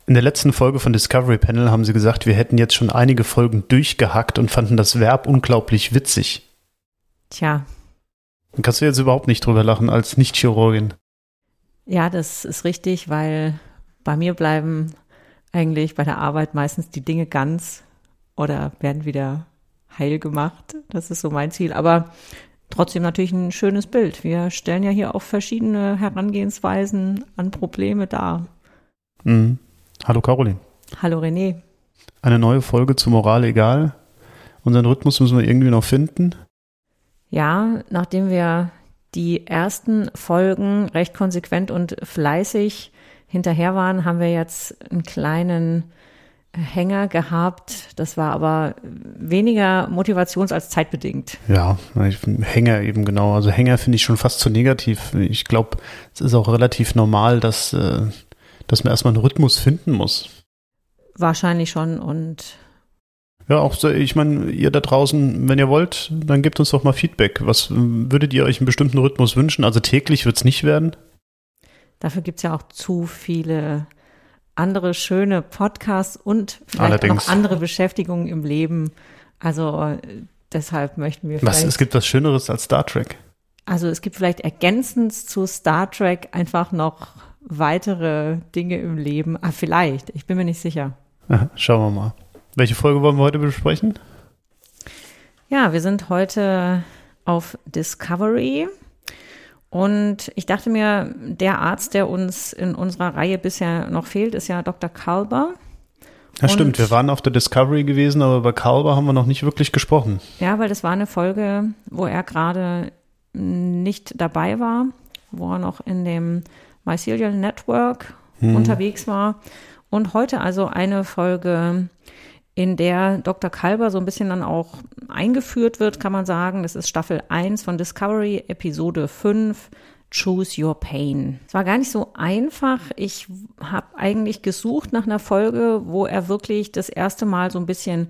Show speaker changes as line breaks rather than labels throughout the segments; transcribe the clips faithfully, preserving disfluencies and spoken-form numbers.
In der letzten Folge von Discovery Panel haben sie gesagt, wir hätten jetzt schon einige Folgen durchgehackt und fanden das Verb unglaublich witzig.
Tja.
Dann kannst du jetzt überhaupt nicht drüber lachen als Nicht-Chirurgin.
Ja, das ist richtig, weil bei mir bleiben eigentlich bei der Arbeit meistens die Dinge ganz oder werden wieder heil gemacht. Das ist so mein Ziel. Aber trotzdem natürlich ein schönes Bild. Wir stellen ja hier auch verschiedene Herangehensweisen an Probleme dar.
Mhm. Hallo Caroline.
Hallo René.
Eine neue Folge zu Moral egal. Unseren Rhythmus müssen wir irgendwie noch finden.
Ja, nachdem wir die ersten Folgen recht konsequent und fleißig hinterher waren, haben wir jetzt einen kleinen Hänger gehabt. Das war aber weniger motivations- als zeitbedingt.
Ja, ich Hänger eben genau. Also Hänger finde ich schon fast zu negativ. Ich glaube, es ist auch relativ normal, dass, äh, dass man erstmal einen Rhythmus finden muss.
Wahrscheinlich schon und
ja, auch so, ich meine, ihr da draußen, wenn ihr wollt, dann gebt uns doch mal Feedback. Was würdet ihr euch einen bestimmten Rhythmus wünschen? Also täglich wird es nicht werden?
Dafür gibt es ja auch zu viele andere schöne Podcasts und vielleicht
Allerdings
auch noch andere Beschäftigungen im Leben. Also deshalb möchten wir vielleicht…
Was, es gibt was Schöneres als Star Trek?
Also es gibt vielleicht ergänzend zu Star Trek einfach noch weitere Dinge im Leben. Ah, vielleicht, ich bin mir nicht sicher.
Aha, schauen wir mal. Welche Folge wollen wir heute besprechen?
Ja, wir sind heute auf Discovery. Und ich dachte mir, der Arzt, der uns in unserer Reihe bisher noch fehlt, ist ja Doktor Culber.
Ja, und stimmt, wir waren auf der Discovery gewesen, aber bei Culber haben wir noch nicht wirklich gesprochen.
Ja, weil das war eine Folge, wo er gerade nicht dabei war, wo er noch in dem Mycelial Network hm. unterwegs war. Und heute also eine Folge, in der Doktor Culber so ein bisschen dann auch eingeführt wird, kann man sagen. Das ist Staffel eins von Discovery, Episode fünf, Choose Your Pain. Es war gar nicht so einfach. Ich habe eigentlich gesucht nach einer Folge, wo er wirklich das erste Mal so ein bisschen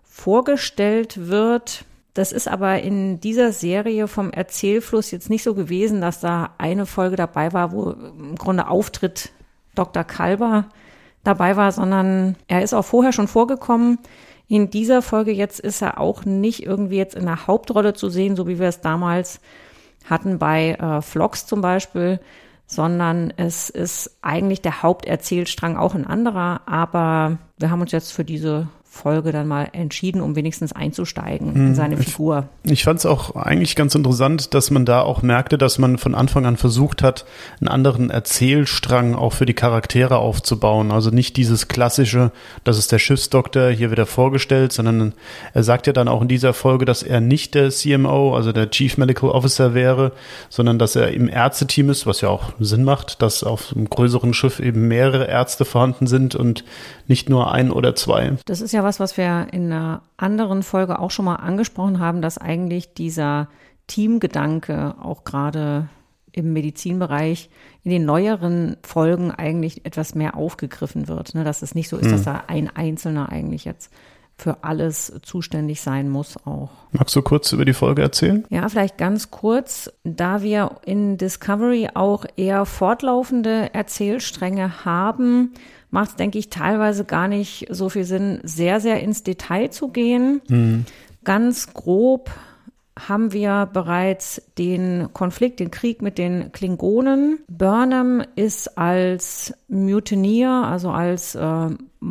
vorgestellt wird. Das ist aber in dieser Serie vom Erzählfluss jetzt nicht so gewesen, dass da eine Folge dabei war, wo im Grunde Auftritt Doktor Culber dabei war, sondern er ist auch vorher schon vorgekommen. In dieser Folge jetzt ist er auch nicht irgendwie jetzt in der Hauptrolle zu sehen, so wie wir es damals hatten bei äh, Phlox zum Beispiel, sondern es ist eigentlich der Haupterzählstrang auch ein anderer, aber wir haben uns jetzt für diese Folge dann mal entschieden, um wenigstens einzusteigen hm, in seine Figur.
Ich, ich fand es auch eigentlich ganz interessant, dass man da auch merkte, dass man von Anfang an versucht hat, einen anderen Erzählstrang auch für die Charaktere aufzubauen. Also nicht dieses klassische, das ist der Schiffsdoktor, hier wird er vorgestellt, sondern er sagt ja dann auch in dieser Folge, dass er nicht der C M O, also der Chief Medical Officer wäre, sondern dass er im Ärzteteam ist, was ja auch Sinn macht, dass auf einem größeren Schiff eben mehrere Ärzte vorhanden sind und nicht nur ein oder zwei.
Das ist ja was, was wir in einer anderen Folge auch schon mal angesprochen haben, dass eigentlich dieser Teamgedanke auch gerade im Medizinbereich in den neueren Folgen eigentlich etwas mehr aufgegriffen wird. Ne? Dass es nicht so ist, hm. dass da ein Einzelner eigentlich jetzt für alles zuständig sein muss auch.
Magst du kurz über die Folge erzählen?
Ja, vielleicht ganz kurz. Da wir in Discovery auch eher fortlaufende Erzählstränge haben, macht es, denke ich, teilweise gar nicht so viel Sinn, sehr, sehr ins Detail zu gehen. Mhm. Ganz grob haben wir bereits den Konflikt, den Krieg mit den Klingonen. Burnham ist als Mutineer, also als äh,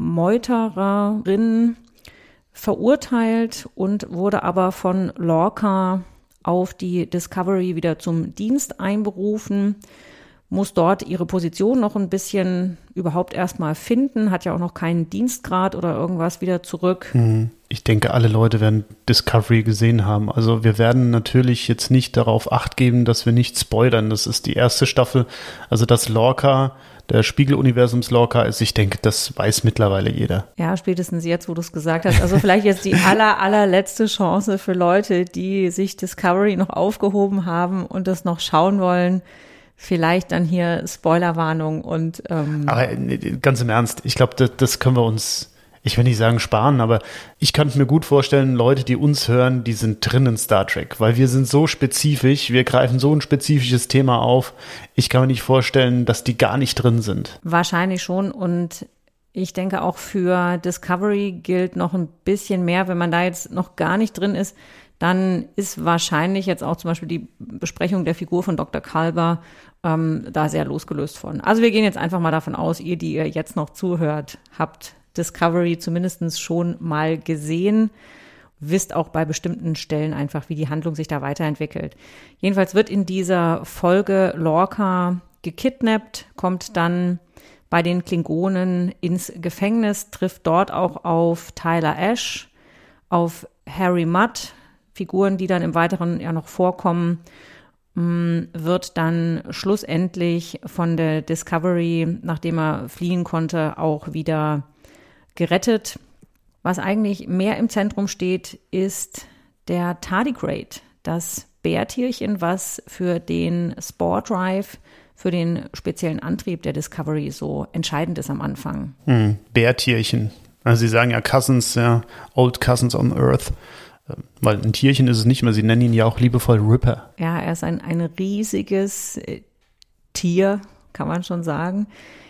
Meutererin verurteilt und wurde aber von Lorca auf die Discovery wieder zum Dienst einberufen, muss dort ihre Position noch ein bisschen überhaupt erstmal finden, hat ja auch noch keinen Dienstgrad oder irgendwas wieder zurück.
Ich denke, alle Leute werden Discovery gesehen haben. Also wir werden natürlich jetzt nicht darauf Acht geben, dass wir nicht spoilern. Das ist die erste Staffel. Also dass Lorca der Spiegeluniversums Lorca ist, ich denke, das weiß mittlerweile jeder.
Ja, spätestens jetzt, wo du es gesagt hast. Also vielleicht jetzt die aller, allerletzte Chance für Leute, die sich Discovery noch aufgehoben haben und das noch schauen wollen. Vielleicht dann hier Spoilerwarnung und ähm
Aber ganz im Ernst, ich glaube, das, das können wir uns, ich will nicht sagen sparen, aber ich kann mir gut vorstellen, Leute, die uns hören, die sind drin in Star Trek, weil wir sind so spezifisch, wir greifen so ein spezifisches Thema auf. Ich kann mir nicht vorstellen, dass die gar nicht drin sind.
Wahrscheinlich schon und Ich denke, auch für Discovery gilt noch ein bisschen mehr. Wenn man da jetzt noch gar nicht drin ist, dann ist wahrscheinlich jetzt auch zum Beispiel die Besprechung der Figur von Doktor Culber ähm, da sehr losgelöst von. Also wir gehen jetzt einfach mal davon aus, ihr, die ihr jetzt noch zuhört, habt Discovery zumindest schon mal gesehen, wisst auch bei bestimmten Stellen einfach, wie die Handlung sich da weiterentwickelt. Jedenfalls wird in dieser Folge Lorca gekidnappt, kommt dann bei den Klingonen ins Gefängnis, trifft dort auch auf Tyler Ash, auf Harry Mudd, Figuren, die dann im Weiteren ja noch vorkommen, wird dann schlussendlich von der Discovery, nachdem er fliehen konnte, auch wieder gerettet. Was eigentlich mehr im Zentrum steht, ist der Tardigrade, das Bärtierchen, was für den Spore Drive, für den speziellen Antrieb der Discovery so entscheidend ist am Anfang.
Hm, Bärtierchen. Also Sie sagen ja Cousins, ja, Old Cousins on Earth. Weil ein Tierchen ist es nicht mehr, sie nennen ihn ja auch liebevoll Ripper.
Ja, er ist ein, ein riesiges Tier, kann man schon sagen.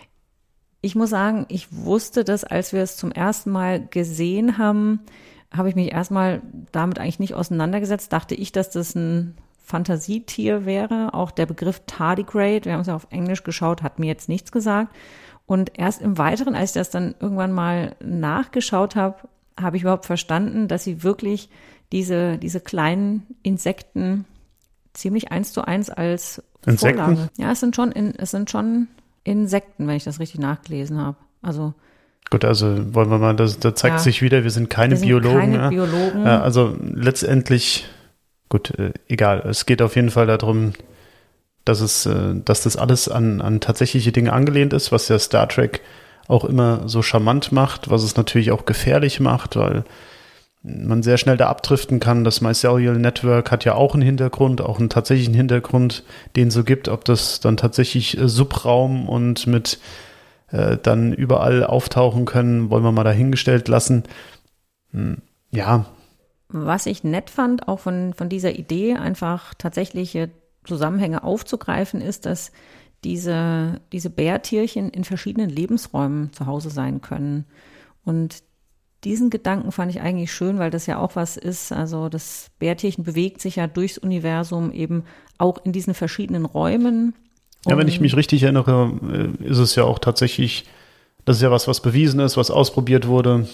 Ich muss sagen, ich wusste das, als wir es zum ersten Mal gesehen haben, habe ich mich erstmal damit eigentlich nicht auseinandergesetzt. Dachte ich, dass das ein Fantasietier wäre. Auch der Begriff Tardigrade, wir haben es ja auf Englisch geschaut, hat mir jetzt nichts gesagt. Und erst im Weiteren, als ich das dann irgendwann mal nachgeschaut habe, habe ich überhaupt verstanden, dass sie wirklich diese, diese kleinen Insekten ziemlich eins zu eins als
Insekten?
Vorlage. Ja, es sind schon, in, es sind schon Insekten, wenn ich das richtig nachgelesen habe. Also
gut, also wollen wir mal, das, da zeigt
ja,
sich wieder, wir sind keine
wir sind
Biologen.
Keine
ja.
Biologen.
Ja, also letztendlich, gut, äh, egal. Es geht auf jeden Fall darum, dass es, äh, dass das alles an, an tatsächliche Dinge angelehnt ist, was ja Star Trek auch immer so charmant macht, was es natürlich auch gefährlich macht, weil man sehr schnell da abdriften kann. Das Mycelial Network hat ja auch einen Hintergrund, auch einen tatsächlichen Hintergrund, den es so gibt, ob das dann tatsächlich äh, Subraum und mit äh, dann überall auftauchen können, wollen wir mal dahingestellt lassen. Hm, ja.
Was ich nett fand, auch von, von dieser Idee, einfach tatsächliche Zusammenhänge aufzugreifen, ist, dass diese, diese Bärtierchen in verschiedenen Lebensräumen zu Hause sein können. Und diesen Gedanken fand ich eigentlich schön, weil das ja auch was ist. Also das Bärtierchen bewegt sich ja durchs Universum eben auch in diesen verschiedenen Räumen.
Ja, wenn ich mich richtig erinnere, ist es ja auch tatsächlich, das ist ja was, was bewiesen ist, was ausprobiert wurde.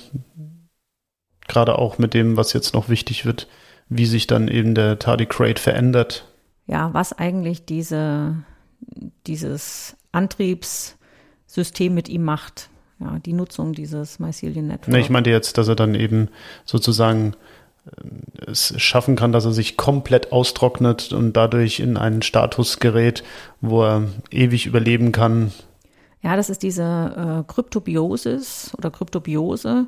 Gerade auch mit dem, was jetzt noch wichtig wird, wie sich dann eben der Tardigrade verändert.
Ja, was eigentlich diese dieses Antriebssystem mit ihm macht, ja, die Nutzung dieses Mycelial Network.
Ne, ich meinte jetzt, dass er dann eben sozusagen äh, es schaffen kann, dass er sich komplett austrocknet und dadurch in einen Status gerät, wo er ewig überleben kann.
Ja, das ist diese äh, Kryptobiosis oder Kryptobiose.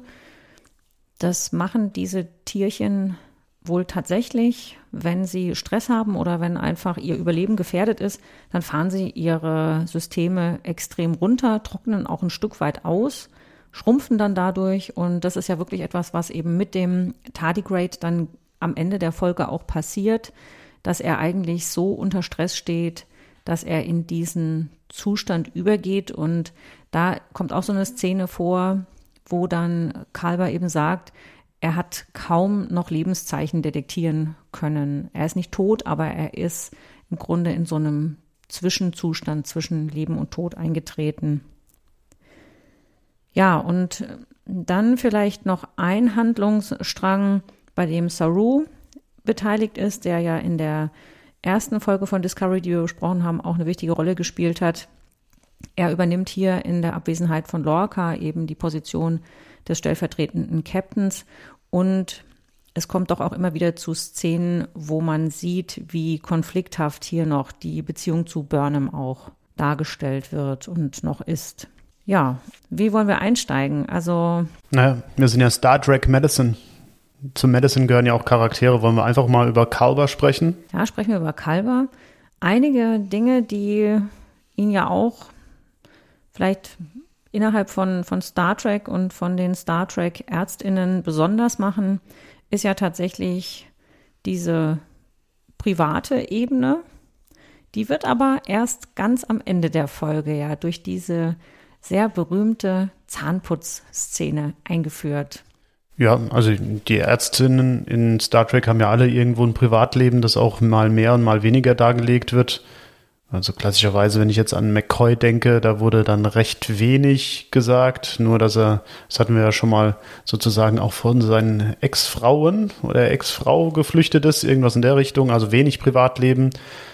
Das machen diese Tierchen wohl tatsächlich, wenn sie Stress haben oder wenn einfach ihr Überleben gefährdet ist, dann fahren sie ihre Systeme extrem runter, trocknen auch ein Stück weit aus, schrumpfen dann dadurch. Und das ist ja wirklich etwas, was eben mit dem Tardigrade dann am Ende der Folge auch passiert, dass er eigentlich so unter Stress steht, dass er in diesen Zustand übergeht. Und da kommt auch so eine Szene vor, wo dann Culber eben sagt, er hat kaum noch Lebenszeichen detektieren können. Er ist nicht tot, aber er ist im Grunde in so einem Zwischenzustand zwischen Leben und Tod eingetreten. Ja, und dann vielleicht noch ein Handlungsstrang, bei dem Saru beteiligt ist, der ja in der ersten Folge von Discovery, die wir besprochen haben, auch eine wichtige Rolle gespielt hat. Er übernimmt hier in der Abwesenheit von Lorca eben die Position des stellvertretenden Captains und es kommt doch auch immer wieder zu Szenen, wo man sieht, wie konflikthaft hier noch die Beziehung zu Burnham auch dargestellt wird und noch ist. Ja, wie wollen wir einsteigen? Also,
naja, wir sind ja Star Trek Medicine. Zu Medicine gehören ja auch Charaktere. Wollen wir einfach mal über Culber sprechen?
Ja, sprechen wir über Culber. Einige Dinge, die ihn ja auch vielleicht innerhalb von, von Star Trek und von den Star Trek-ÄrztInnen besonders machen, ist ja tatsächlich diese private Ebene. Die wird aber erst ganz am Ende der Folge ja durch diese sehr berühmte Zahnputzszene eingeführt.
Ja, also die Ärztinnen in Star Trek haben ja alle irgendwo ein Privatleben, das auch mal mehr und mal weniger dargelegt wird. Also klassischerweise, wenn ich jetzt an McCoy denke, da wurde dann recht wenig gesagt, nur dass er, das hatten wir ja schon mal sozusagen auch von seinen Ex-Frauen oder Ex-Frau geflüchtet ist, irgendwas in der Richtung, also wenig Privatleben.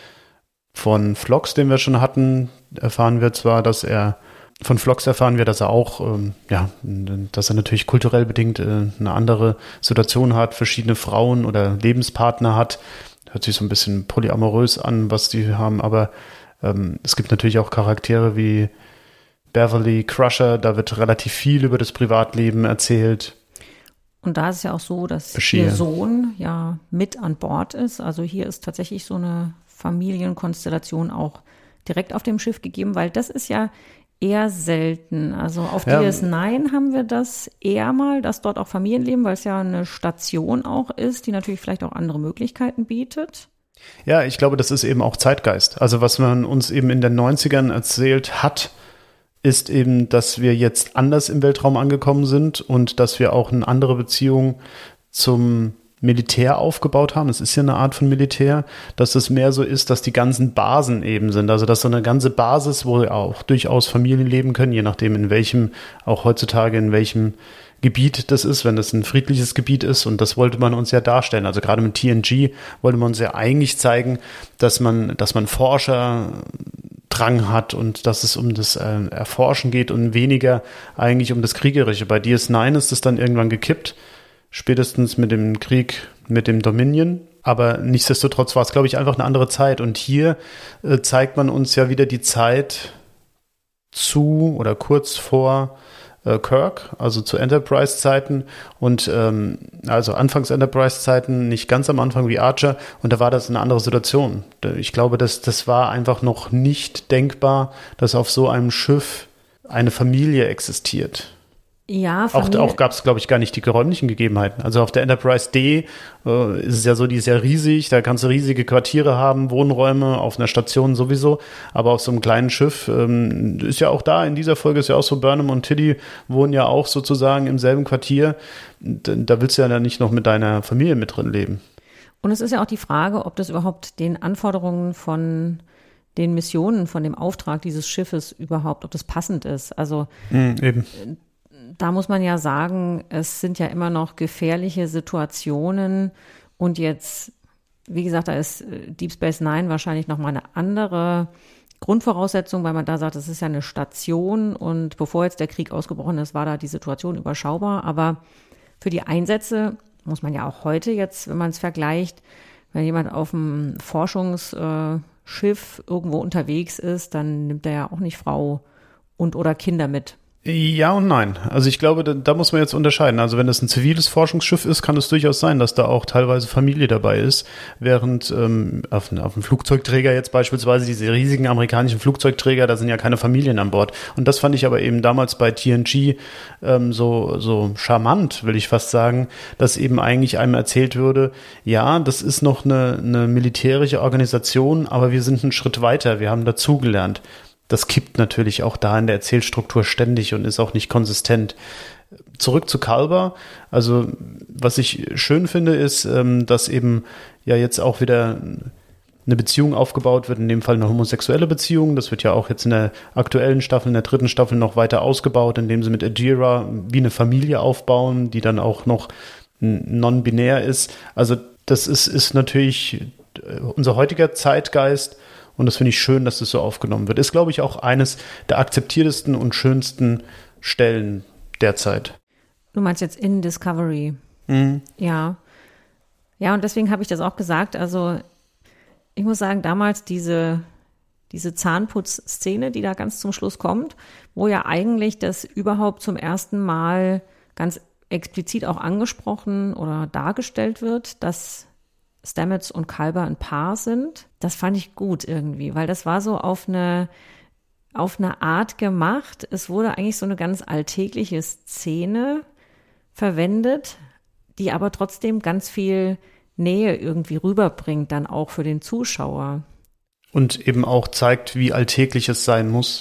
Von Phlox, den wir schon hatten, erfahren wir zwar, dass er, von Phlox erfahren wir, dass er auch, ähm, ja, dass er natürlich kulturell bedingt äh, eine andere Situation hat, verschiedene Frauen oder Lebenspartner hat. Hört sich so ein bisschen polyamorös an, was die haben, aber ähm, es gibt natürlich auch Charaktere wie Beverly Crusher, da wird relativ viel über das Privatleben erzählt.
Und da ist es ja auch so, dass
Bashir.
Ihr Sohn ja mit an Bord ist. Also hier ist tatsächlich so eine Familienkonstellation auch direkt auf dem Schiff gegeben, weil das ist ja eher selten. Also auf
Ja.
D S neun haben wir das eher mal, dass dort auch Familienleben, weil es ja eine Station auch ist, die natürlich vielleicht auch andere Möglichkeiten bietet.
Ja, ich glaube, das ist eben auch Zeitgeist. Also was man uns eben in den neunzigern erzählt hat, ist eben, dass wir jetzt anders im Weltraum angekommen sind und dass wir auch eine andere Beziehung zum Militär aufgebaut haben. Es ist ja eine Art von Militär, dass es mehr so ist, dass die ganzen Basen eben sind. Also dass so eine ganze Basis, wo auch durchaus Familien leben können, je nachdem in welchem, auch heutzutage in welchem Gebiet das ist, wenn das ein friedliches Gebiet ist. Und das wollte man uns ja darstellen. Also gerade mit T N G wollte man uns ja eigentlich zeigen, dass man, dass man Forscherdrang hat und dass es um das äh, Erforschen geht und weniger eigentlich um das Kriegerische. Bei D S neun ist es dann irgendwann gekippt. Spätestens mit dem Krieg mit dem Dominion. Aber nichtsdestotrotz war es, glaube ich, einfach eine andere Zeit. Und hier äh, zeigt man uns ja wieder die Zeit zu oder kurz vor äh, Kirk, also zu Enterprise-Zeiten. Und ähm, also anfangs Enterprise-Zeiten, nicht ganz am Anfang wie Archer. Und da war das eine andere Situation. Ich glaube, das, das war einfach noch nicht denkbar, dass auf so einem Schiff eine Familie existiert.
Ja,
Auch, auch gab es, glaube ich, gar nicht die räumlichen Gegebenheiten. Also auf der Enterprise D äh, ist es ja so, die ist ja riesig, da kannst du riesige Quartiere haben, Wohnräume, auf einer Station sowieso, aber auf so einem kleinen Schiff ähm, ist ja auch da, in dieser Folge ist ja auch so, Burnham und Tilly wohnen ja auch sozusagen im selben Quartier. Da, da willst du ja dann nicht noch mit deiner Familie mit drin leben.
Und es ist ja auch die Frage, ob das überhaupt den Anforderungen von den Missionen, von dem Auftrag dieses Schiffes überhaupt, ob das passend ist. Also
mhm, eben.
Da muss man ja sagen, es sind ja immer noch gefährliche Situationen und jetzt, wie gesagt, da ist Deep Space Nine wahrscheinlich nochmal eine andere Grundvoraussetzung, weil man da sagt, es ist ja eine Station und bevor jetzt der Krieg ausgebrochen ist, war da die Situation überschaubar, aber für die Einsätze muss man ja auch heute jetzt, wenn man es vergleicht, wenn jemand auf einem Forschungsschiff irgendwo unterwegs ist, dann nimmt er ja auch nicht Frau und oder Kinder mit.
Ja und nein. Also ich glaube, da, da muss man jetzt unterscheiden. Also wenn es ein ziviles Forschungsschiff ist, kann es durchaus sein, dass da auch teilweise Familie dabei ist, während ähm, auf, auf einem Flugzeugträger jetzt beispielsweise, diese riesigen amerikanischen Flugzeugträger, da sind ja keine Familien an Bord. Und das fand ich aber eben damals bei T N G ähm, so, so charmant, will ich fast sagen, dass eben eigentlich einem erzählt würde, ja, das ist noch eine, eine militärische Organisation, aber wir sind einen Schritt weiter, wir haben dazugelernt. Das kippt natürlich auch da in der Erzählstruktur ständig und ist auch nicht konsistent. Zurück zu Culber. Also was ich schön finde, ist, dass eben ja jetzt auch wieder eine Beziehung aufgebaut wird, in dem Fall eine homosexuelle Beziehung. Das wird ja auch jetzt in der aktuellen Staffel, in der dritten Staffel noch weiter ausgebaut, indem sie mit Adira wie eine Familie aufbauen, die dann auch noch non-binär ist. Also das ist, ist natürlich unser heutiger Zeitgeist. Und das finde ich schön, dass das so aufgenommen wird. Ist, glaube ich, auch eines der akzeptiertesten und schönsten Stellen derzeit.
Du meinst jetzt in Discovery?
Mhm.
Ja. Ja, und deswegen habe ich das auch gesagt. Also ich muss sagen, damals diese, diese Zahnputzszene, die da ganz zum Schluss kommt, wo ja eigentlich das überhaupt zum ersten Mal ganz explizit auch angesprochen oder dargestellt wird, dass Stamets und Culber ein Paar sind. Das fand ich gut irgendwie, weil das war so auf eine, auf eine Art gemacht. Es wurde eigentlich so eine ganz alltägliche Szene verwendet, die aber trotzdem ganz viel Nähe irgendwie rüberbringt, dann auch für den Zuschauer.
Und eben auch zeigt, wie alltäglich es sein muss.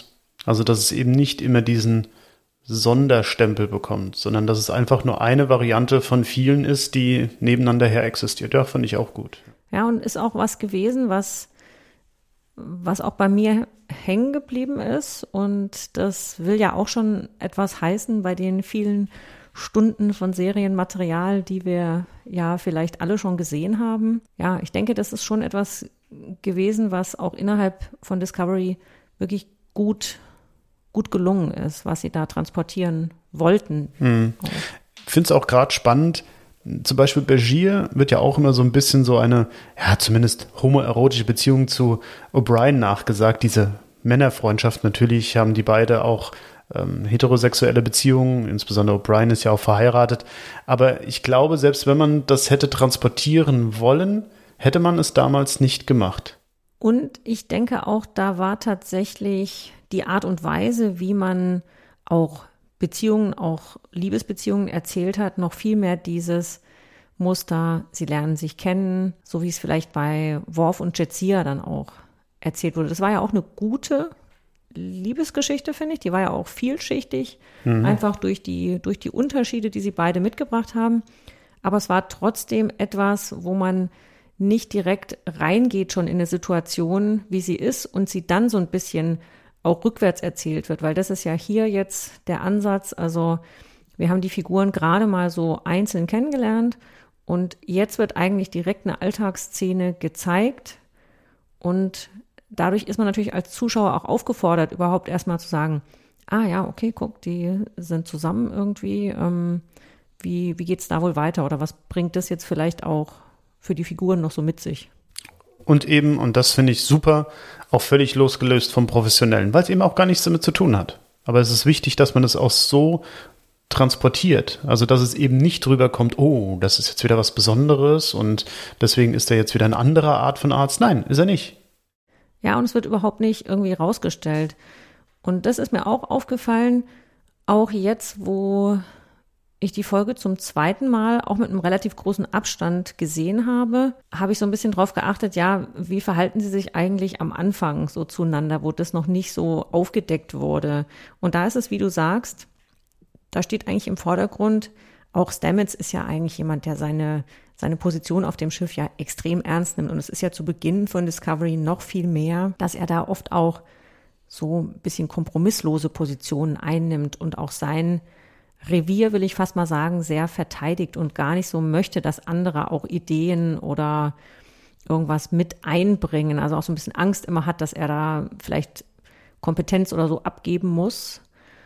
Also dass es eben nicht immer diesen Sonderstempel bekommt, sondern dass es einfach nur eine Variante von vielen ist, die nebeneinander her existiert. Ja, fand ich auch gut.
Ja, und ist auch was gewesen, was, was auch bei mir hängen geblieben ist. Und das will ja auch schon etwas heißen bei den vielen Stunden von Serienmaterial, die wir ja vielleicht alle schon gesehen haben. Ja, ich denke, das ist schon etwas gewesen, was auch innerhalb von Discovery wirklich gut, gut gelungen ist, was sie da transportieren wollten.
Hm. Ich finde es auch gerade spannend. Zum Beispiel Bashir wird ja auch immer so ein bisschen so eine, ja, zumindest homoerotische Beziehung zu O'Brien nachgesagt. Diese Männerfreundschaft, natürlich haben die beide auch ähm, heterosexuelle Beziehungen, insbesondere O'Brien ist ja auch verheiratet. Aber ich glaube, selbst wenn man das hätte transportieren wollen, hätte man es damals nicht gemacht.
Und ich denke auch, da war tatsächlich die Art und Weise, wie man auch Beziehungen, auch Liebesbeziehungen erzählt hat, noch viel mehr dieses Muster, sie lernen sich kennen, so wie es vielleicht bei Worf und Jadzia dann auch erzählt wurde. Das war ja auch eine gute Liebesgeschichte, finde ich. Die war ja auch vielschichtig, mhm. einfach durch die, durch die Unterschiede, die sie beide mitgebracht haben. Aber es war trotzdem etwas, wo man nicht direkt reingeht schon in eine Situation, wie sie ist und sie dann so ein bisschen auch rückwärts erzählt wird, weil das ist ja hier jetzt der Ansatz. Also wir haben die Figuren gerade mal so einzeln kennengelernt und jetzt wird eigentlich direkt eine Alltagsszene gezeigt und dadurch ist man natürlich als Zuschauer auch aufgefordert, überhaupt erstmal zu sagen, ah ja, okay, guck, die sind zusammen irgendwie, ähm, wie, wie geht's da wohl weiter oder was bringt das jetzt vielleicht auch für die Figuren noch so mit sich?
Und eben, und das finde ich super, auch völlig losgelöst vom Professionellen, weil es eben auch gar nichts damit zu tun hat. Aber es ist wichtig, dass man das auch so transportiert. Also, dass es eben nicht drüber kommt, oh, das ist jetzt wieder was Besonderes und deswegen ist er jetzt wieder eine andere Art von Arzt. Nein, ist er nicht.
Ja, und es wird überhaupt nicht irgendwie rausgestellt. Und das ist mir auch aufgefallen, auch jetzt, wo ich die Folge zum zweiten Mal auch mit einem relativ großen Abstand gesehen habe, habe ich so ein bisschen drauf geachtet, ja, wie verhalten sie sich eigentlich am Anfang so zueinander, wo das noch nicht so aufgedeckt wurde. Und da ist es, wie du sagst, da steht eigentlich im Vordergrund, auch Stamets ist ja eigentlich jemand, der seine, seine Position auf dem Schiff ja extrem ernst nimmt. Und es ist ja zu Beginn von Discovery noch viel mehr, dass er da oft auch so ein bisschen kompromisslose Positionen einnimmt und auch sein Revier, will ich fast mal sagen, sehr verteidigt und gar nicht so möchte, dass andere auch Ideen oder irgendwas mit einbringen. Also auch so ein bisschen Angst immer hat, dass er da vielleicht Kompetenz oder so abgeben muss.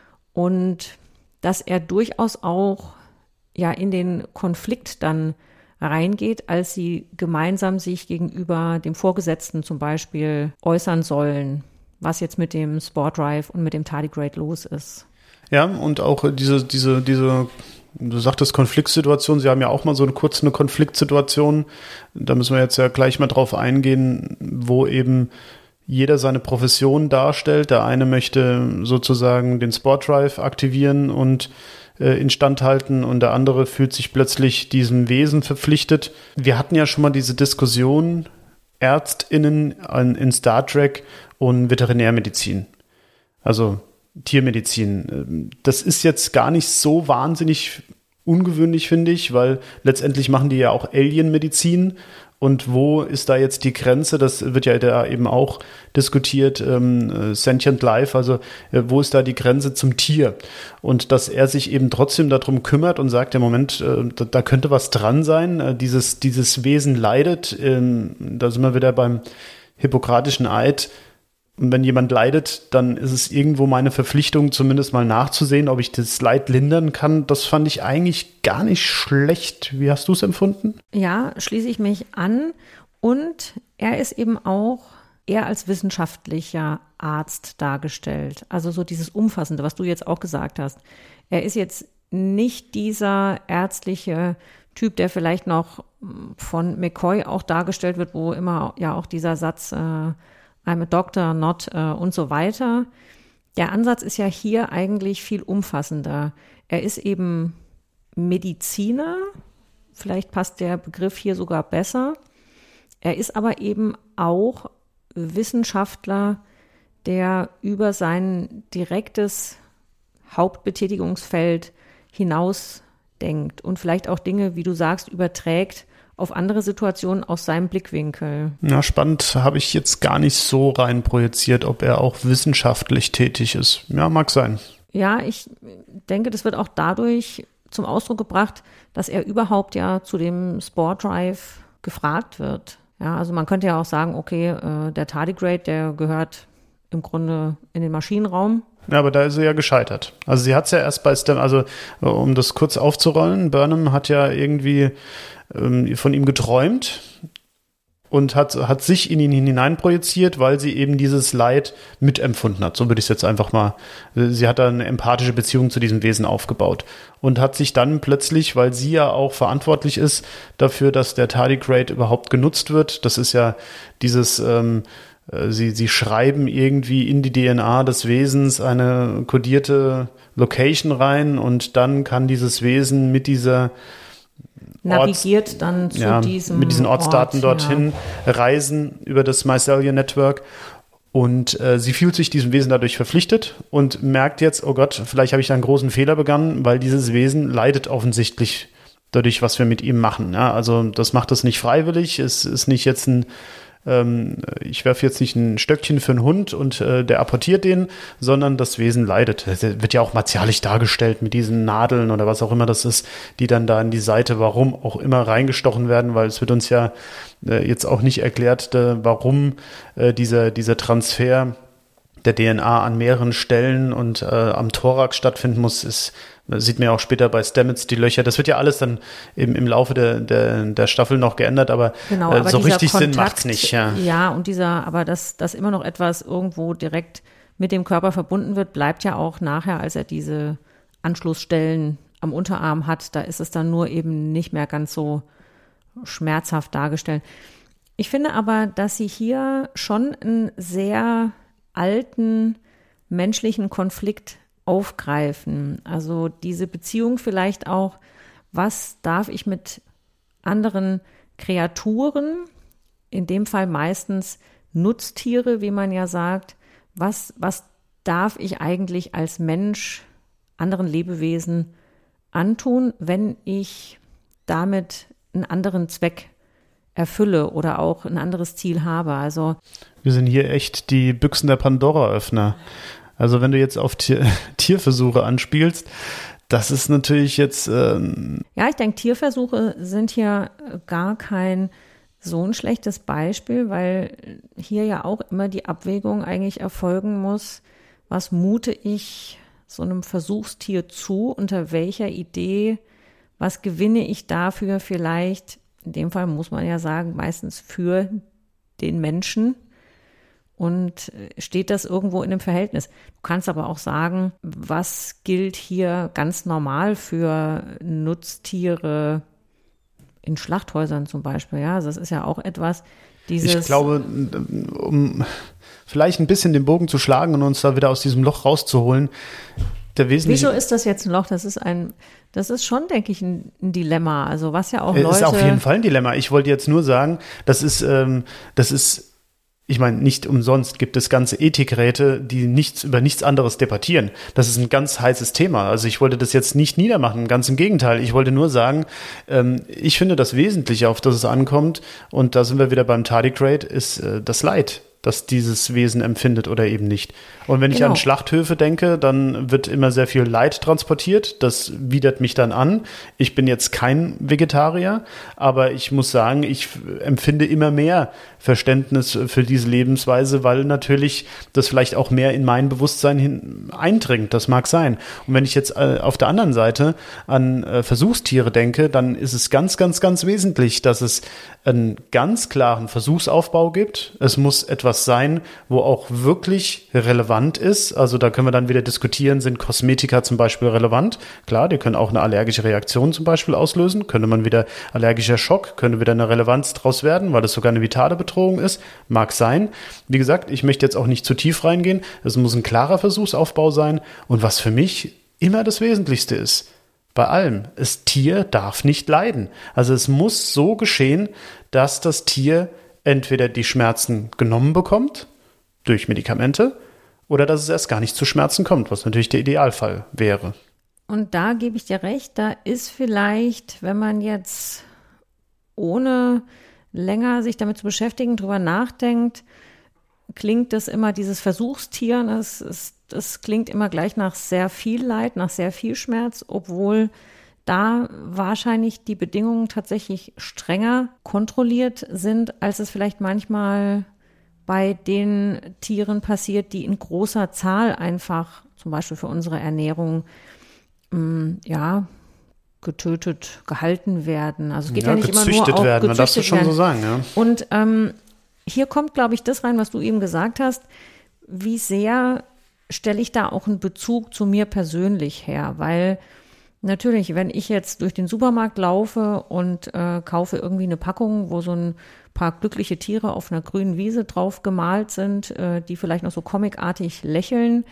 Und dass er durchaus auch ja in den Konflikt dann reingeht, als sie gemeinsam sich gegenüber dem Vorgesetzten zum Beispiel äußern sollen, was jetzt mit dem Spore Drive und mit dem Tardigrade los ist.
Ja, und auch diese, diese, diese, du sagtest Konfliktsituation, Sie haben ja auch mal so eine kurze eine Konfliktsituation, da müssen wir jetzt ja gleich mal drauf eingehen, wo eben jeder seine Profession darstellt. Der eine möchte sozusagen den Spore Drive aktivieren und äh, instand halten und der andere fühlt sich plötzlich diesem Wesen verpflichtet. Wir hatten ja schon mal diese Diskussion ÄrztInnen in, in Star Trek und Veterinärmedizin. Also Tiermedizin. Das ist jetzt gar nicht so wahnsinnig ungewöhnlich, finde ich, weil letztendlich machen die ja auch Alien-Medizin. Und wo ist da jetzt die Grenze? Das wird ja da eben auch diskutiert, ähm, Sentient Life, also äh, wo ist da die Grenze zum Tier? Und dass er sich eben trotzdem darum kümmert und sagt, im Moment, äh, da, da könnte was dran sein, äh, dieses, dieses Wesen leidet, ähm, da sind wir wieder beim hippokratischen Eid. Und wenn jemand leidet, dann ist es irgendwo meine Verpflichtung, zumindest mal nachzusehen, ob ich das Leid lindern kann. Das fand ich eigentlich gar nicht schlecht. Wie hast du es empfunden?
Ja, schließe ich mich an. Und er ist eben auch eher als wissenschaftlicher Arzt dargestellt. Also so dieses Umfassende, was du jetzt auch gesagt hast. Er ist jetzt nicht dieser ärztliche Typ, der vielleicht noch von McCoy auch dargestellt wird, wo immer ja auch dieser Satz äh, I'm a doctor, not uh, und so weiter. Der Ansatz ist ja hier eigentlich viel umfassender. Er ist eben Mediziner, vielleicht passt der Begriff hier sogar besser. Er ist aber eben auch Wissenschaftler, der über sein direktes Hauptbetätigungsfeld hinaus denkt und vielleicht auch Dinge, wie du sagst, überträgt auf andere Situationen aus seinem Blickwinkel.
Ja, spannend, habe ich jetzt gar nicht so rein projiziert, ob er auch wissenschaftlich tätig ist. Ja, mag sein.
Ja, ich denke, das wird auch dadurch zum Ausdruck gebracht, dass er überhaupt ja zu dem Spore Drive gefragt wird. Ja, also man könnte ja auch sagen, okay, äh, der Tardigrade, der gehört im Grunde in den Maschinenraum.
Ja, aber da ist sie ja gescheitert. Also sie hat es ja erst bei Stem, also um das kurz aufzurollen, Burnham hat ja irgendwie ähm, von ihm geträumt und hat, hat sich in ihn hineinprojiziert, weil sie eben dieses Leid mitempfunden hat. So würde ich es jetzt einfach mal, sie hat da eine empathische Beziehung zu diesem Wesen aufgebaut und hat sich dann plötzlich, weil sie ja auch verantwortlich ist dafür, dass der Tardigrade überhaupt genutzt wird, das ist ja dieses, ähm, sie, sie schreiben irgendwie in die D N A des Wesens eine kodierte Location rein und dann kann dieses Wesen mit dieser
navigiert
Orts,
dann zu
ja,
diesem
mit diesen Ortsdaten
Ort,
dorthin
ja.
reisen über das Mycelium Network und äh, sie fühlt sich diesem Wesen dadurch verpflichtet und merkt jetzt, oh Gott, vielleicht habe ich da einen großen Fehler begangen, weil dieses Wesen leidet offensichtlich dadurch, was wir mit ihm machen. Ja? Also das macht es nicht freiwillig, es ist nicht jetzt ein ähm, ich werfe jetzt nicht ein Stöckchen für einen Hund und äh, der apportiert den, sondern das Wesen leidet. Das wird ja auch martialisch dargestellt mit diesen Nadeln oder was auch immer das ist, die dann da in die Seite, warum auch immer reingestochen werden, weil es wird uns ja äh, jetzt auch nicht erklärt, äh, warum äh, dieser, dieser Transfer der D N A an mehreren Stellen und äh, am Thorax stattfinden muss, ist, sieht man ja auch später bei Stamets die Löcher. Das wird ja alles dann im, im Laufe der, der, der Staffel noch geändert, aber,
genau,
äh,
aber
so richtig
Kontakt,
Sinn macht's nicht. Ja.
ja, und dieser, aber dass, dass immer noch etwas irgendwo direkt mit dem Körper verbunden wird, bleibt ja auch nachher, als er diese Anschlussstellen am Unterarm hat, da ist es dann nur eben nicht mehr ganz so schmerzhaft dargestellt. Ich finde aber, dass sie hier schon einen sehr alten menschlichen Konflikt aufgreifen. Also diese Beziehung vielleicht auch, was darf ich mit anderen Kreaturen, in dem Fall meistens Nutztiere, wie man ja sagt, was, was darf ich eigentlich als Mensch anderen Lebewesen antun, wenn ich damit einen anderen Zweck erfülle oder auch ein anderes Ziel habe. Also
wir sind hier echt die Büchsen der Pandora-Öffner. Also wenn du jetzt auf Tier- Tierversuche anspielst, das ist natürlich jetzt ähm
ja, ich denke, Tierversuche sind hier gar kein so ein schlechtes Beispiel, weil hier ja auch immer die Abwägung eigentlich erfolgen muss, was mute ich so einem Versuchstier zu, unter welcher Idee, was gewinne ich dafür vielleicht, in dem Fall muss man ja sagen, meistens für den Menschen. Und steht das irgendwo in einem Verhältnis? Du kannst aber auch sagen, was gilt hier ganz normal für Nutztiere in Schlachthäusern zum Beispiel? Ja, also das ist ja auch etwas, dieses.
Ich glaube, um vielleicht ein bisschen den Bogen zu schlagen und uns da wieder aus diesem Loch rauszuholen, der wesentliche.
Wieso ist das jetzt ein Loch? Das ist ein, das ist schon, denke ich, ein, ein Dilemma. Also was ja auch
Leute.
Leute.
Ist auf jeden Fall ein Dilemma. Ich wollte jetzt nur sagen, das ist, ähm, das ist. Ich meine, nicht umsonst gibt es ganze Ethikräte, die nichts über nichts anderes debattieren. Das ist ein ganz heißes Thema. Also ich wollte das jetzt nicht niedermachen, ganz im Gegenteil. Ich wollte nur sagen, ähm, ich finde das Wesentliche, auf das es ankommt, und da sind wir wieder beim Tardigrade, ist äh, das Leid, das dieses Wesen empfindet oder eben nicht. Und wenn ich
Genau.
an Schlachthöfe denke, dann wird immer sehr viel Leid transportiert. Das widert mich dann an. Ich bin jetzt kein Vegetarier, aber ich muss sagen, ich empfinde immer mehr Verständnis für diese Lebensweise, weil natürlich das vielleicht auch mehr in mein Bewusstsein hin eindringt. Das mag sein. Und wenn ich jetzt äh, auf der anderen Seite an äh, Versuchstiere denke, dann ist es ganz, ganz, ganz wesentlich, dass es einen ganz klaren Versuchsaufbau gibt. Es muss etwas sein, wo auch wirklich relevant ist. Also da können wir dann wieder diskutieren, sind Kosmetika zum Beispiel relevant? Klar, die können auch eine allergische Reaktion zum Beispiel auslösen. Könnte man wieder allergischer Schock, könnte wieder eine Relevanz draus werden, weil das sogar eine vitale Bedrohung ist. Mag sein. Wie gesagt, ich möchte jetzt auch nicht zu tief reingehen. Es muss ein klarer Versuchsaufbau sein. Und was für mich immer das Wesentlichste ist, bei allem, das Tier darf nicht leiden. Also es muss so geschehen, dass das Tier entweder die Schmerzen genommen bekommt, durch Medikamente, oder dass es erst gar nicht zu Schmerzen kommt, was natürlich der Idealfall wäre.
Und da gebe ich dir recht, da ist vielleicht, wenn man jetzt ohne länger sich damit zu beschäftigen, drüber nachdenkt, klingt das immer, dieses Versuchstier, das, ist, das klingt immer gleich nach sehr viel Leid, nach sehr viel Schmerz, obwohl da wahrscheinlich die Bedingungen tatsächlich strenger kontrolliert sind, als es vielleicht manchmal bei den Tieren passiert, die in großer Zahl einfach, zum Beispiel für unsere Ernährung, mh, ja, getötet, gehalten werden. Also es geht ja, ja nicht immer nur auf
werden, man darf es schon so sagen, ja.
Und ähm, hier kommt, glaube ich, das rein, was du eben gesagt hast, wie sehr stelle ich da auch einen Bezug zu mir persönlich her, weil natürlich, wenn ich jetzt durch den Supermarkt laufe und äh, kaufe irgendwie eine Packung, wo so ein paar glückliche Tiere auf einer grünen Wiese drauf gemalt sind, äh, die vielleicht noch so comicartig lächeln,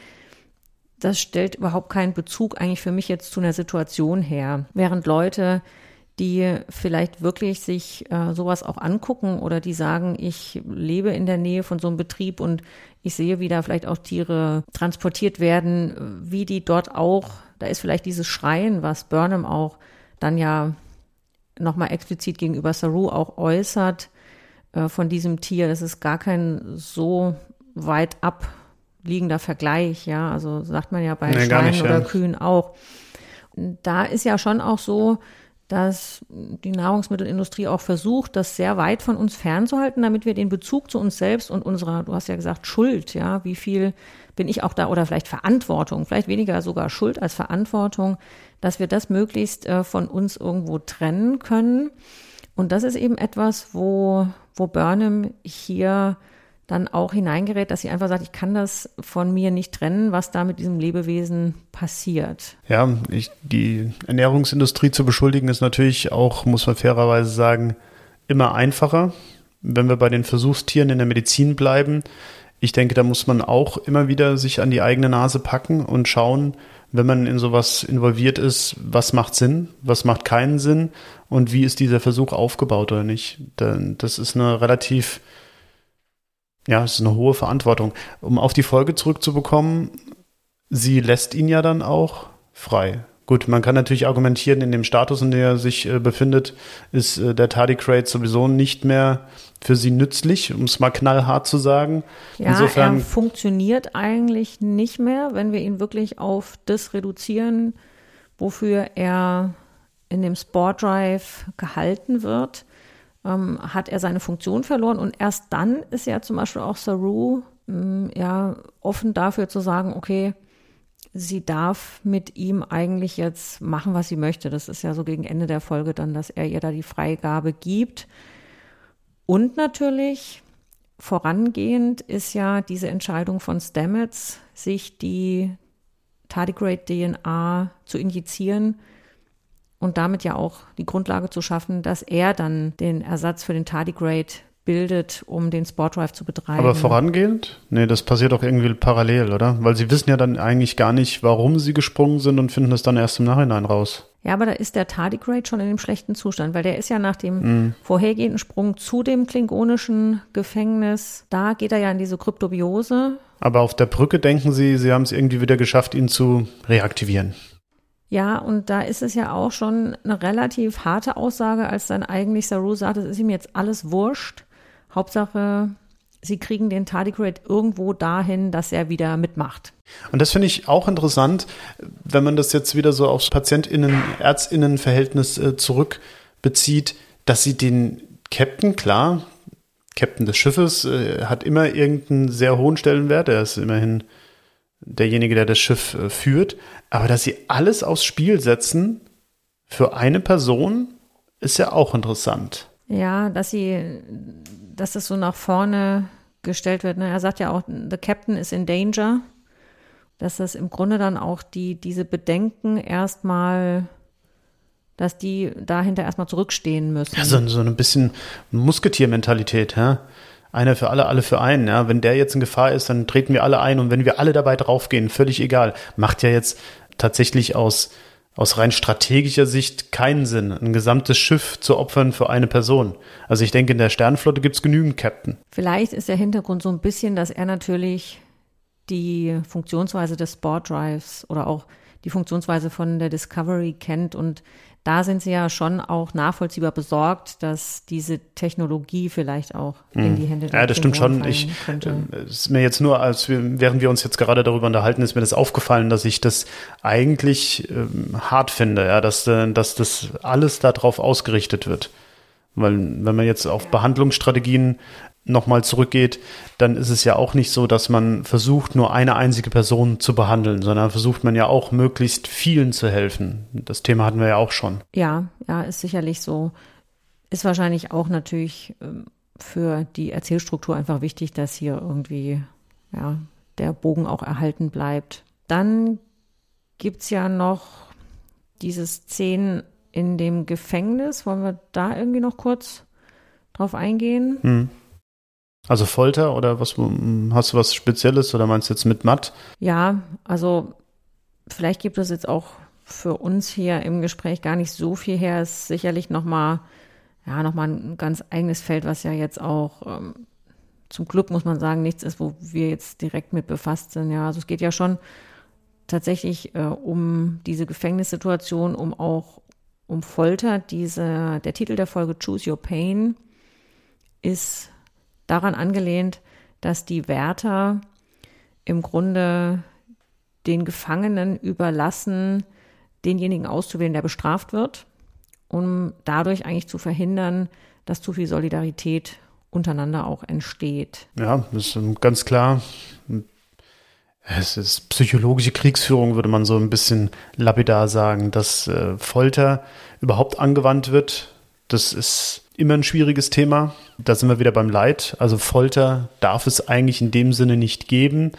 das stellt überhaupt keinen Bezug eigentlich für mich jetzt zu einer Situation her. Während Leute, die vielleicht wirklich sich äh, sowas auch angucken oder die sagen, ich lebe in der Nähe von so einem Betrieb und ich sehe, wie da vielleicht auch Tiere transportiert werden, wie die dort auch, da ist vielleicht dieses Schreien, was Burnham auch dann ja nochmal explizit gegenüber Saru auch äußert, äh, von diesem Tier, das ist gar kein so weit abliegender Vergleich, ja, also sagt man ja bei nee, Schweinen nicht, oder ja. Kühen auch. Da ist ja schon auch so, dass die Nahrungsmittelindustrie auch versucht, das sehr weit von uns fernzuhalten, damit wir den Bezug zu uns selbst und unserer, du hast ja gesagt, Schuld, ja, wie viel bin ich auch da oder vielleicht Verantwortung, vielleicht weniger sogar Schuld als Verantwortung, dass wir das möglichst äh, von uns irgendwo trennen können. Und das ist eben etwas, wo, wo Burnham hier dann auch hineingerät, dass sie einfach sagt, ich kann das von mir nicht trennen, was da mit diesem Lebewesen passiert.
Ja, ich, die Ernährungsindustrie zu beschuldigen ist natürlich auch, muss man fairerweise sagen, immer einfacher, wenn wir bei den Versuchstieren in der Medizin bleiben. Ich denke, da muss man auch immer wieder sich an die eigene Nase packen und schauen, wenn man in sowas involviert ist, was macht Sinn, was macht keinen Sinn und wie ist dieser Versuch aufgebaut oder nicht. Das ist eine relativ Ja, es ist eine hohe Verantwortung. Um auf die Folge zurückzubekommen, sie lässt ihn ja dann auch frei. Gut, man kann natürlich argumentieren, in dem Status, in dem er sich äh, befindet, ist äh, der Tardigrade sowieso nicht mehr für sie nützlich, um es mal knallhart zu sagen.
Ja, Insofern, er funktioniert eigentlich nicht mehr, wenn wir ihn wirklich auf das reduzieren, wofür er in dem Spore Drive gehalten wird. Ähm, hat er seine Funktion verloren und erst dann ist ja zum Beispiel auch Saru ähm, ja offen dafür zu sagen, okay, sie darf mit ihm eigentlich jetzt machen, was sie möchte. Das ist ja so gegen Ende der Folge dann, dass er ihr da die Freigabe gibt. Und natürlich vorangehend ist ja diese Entscheidung von Stamets, sich die Tardigrade-D N A zu injizieren, und damit ja auch die Grundlage zu schaffen, dass er dann den Ersatz für den Tardigrade bildet, um den Spore Drive zu betreiben.
Aber vorangehend? Nee, das passiert auch irgendwie parallel, oder? Weil sie wissen ja dann eigentlich gar nicht, warum sie gesprungen sind und finden es dann erst im Nachhinein raus.
Ja, aber da ist der Tardigrade schon in dem schlechten Zustand, weil der ist ja nach dem mm. vorhergehenden Sprung zu dem klingonischen Gefängnis, da geht er ja in diese Kryptobiose.
Aber auf der Brücke denken sie, sie haben es irgendwie wieder geschafft, ihn zu reaktivieren.
Ja, und da ist es ja auch schon eine relativ harte Aussage, als dann eigentlich Saru sagt, es ist ihm jetzt alles wurscht. Hauptsache, sie kriegen den Tardigrade irgendwo dahin, dass er wieder mitmacht.
Und das finde ich auch interessant, wenn man das jetzt wieder so aufs Patientinnen-Ärztinnen-Verhältnis äh, zurückbezieht, dass sie den Captain, klar, Captain des Schiffes, äh, hat immer irgendeinen sehr hohen Stellenwert, er ist immerhin derjenige, der das Schiff äh, führt, aber dass sie alles aufs Spiel setzen für eine Person, ist ja auch interessant.
Ja, dass sie, dass das so nach vorne gestellt wird. Ne? Er sagt ja auch, the Captain is in danger, dass das im Grunde dann auch die, diese Bedenken erstmal, dass die dahinter erstmal zurückstehen müssen.
Ja, so, so ein bisschen Musketier-Mentalität, ja. Einer für alle, alle für einen. Ja. Wenn der jetzt in Gefahr ist, dann treten wir alle ein und wenn wir alle dabei draufgehen, völlig egal. Macht ja jetzt tatsächlich aus, aus rein strategischer Sicht keinen Sinn, ein gesamtes Schiff zu opfern für eine Person. Also ich denke, in der Sternenflotte gibt es genügend Captain.
Vielleicht ist der Hintergrund so ein bisschen, dass er natürlich die Funktionsweise des Sport Drives oder auch die Funktionsweise von der Discovery kennt. Und da sind sie ja schon auch nachvollziehbar besorgt, dass diese Technologie vielleicht auch hm. in die Hände der
Ja, das stimmt schon.
Ich,
es ist mir jetzt nur, als wir, während wir uns jetzt gerade darüber unterhalten, ist mir das aufgefallen, dass ich das eigentlich ähm, hart finde, ja, dass, äh, dass das alles darauf ausgerichtet wird. Weil wenn man jetzt auf Behandlungsstrategien nochmal zurückgeht, dann ist es ja auch nicht so, dass man versucht, nur eine einzige Person zu behandeln, sondern versucht man ja auch, möglichst vielen zu helfen. Das Thema hatten wir ja auch schon.
Ja, ja, ist sicherlich so. Ist wahrscheinlich auch natürlich für die Erzählstruktur einfach wichtig, dass hier irgendwie ja, der Bogen auch erhalten bleibt. Dann gibt es ja noch diese Szenen in dem Gefängnis. Wollen wir da irgendwie noch kurz drauf eingehen?
Hm. Also Folter oder was, hast du was Spezielles oder meinst du jetzt mit Matt?
Ja, also vielleicht gibt es jetzt auch für uns hier im Gespräch gar nicht so viel her. Es ist sicherlich nochmal, ja, nochmal ein ganz eigenes Feld, was ja jetzt auch ähm, zum Glück, muss man sagen, nichts ist, wo wir jetzt direkt mit befasst sind. Ja, also es geht ja schon tatsächlich äh, um diese Gefängnissituation, um auch um Folter. Diese, der Titel der Folge Choose Your Pain ist daran angelehnt, dass die Wärter im Grunde den Gefangenen überlassen, denjenigen auszuwählen, der bestraft wird, um dadurch eigentlich zu verhindern, dass zu viel Solidarität untereinander auch entsteht.
Ja, das ist ganz klar. Es ist psychologische Kriegsführung, würde man so ein bisschen lapidar sagen, dass äh, Folter überhaupt angewandt wird. Das ist immer ein schwieriges Thema. Da sind wir wieder beim Leid. Also Folter darf es eigentlich in dem Sinne nicht geben.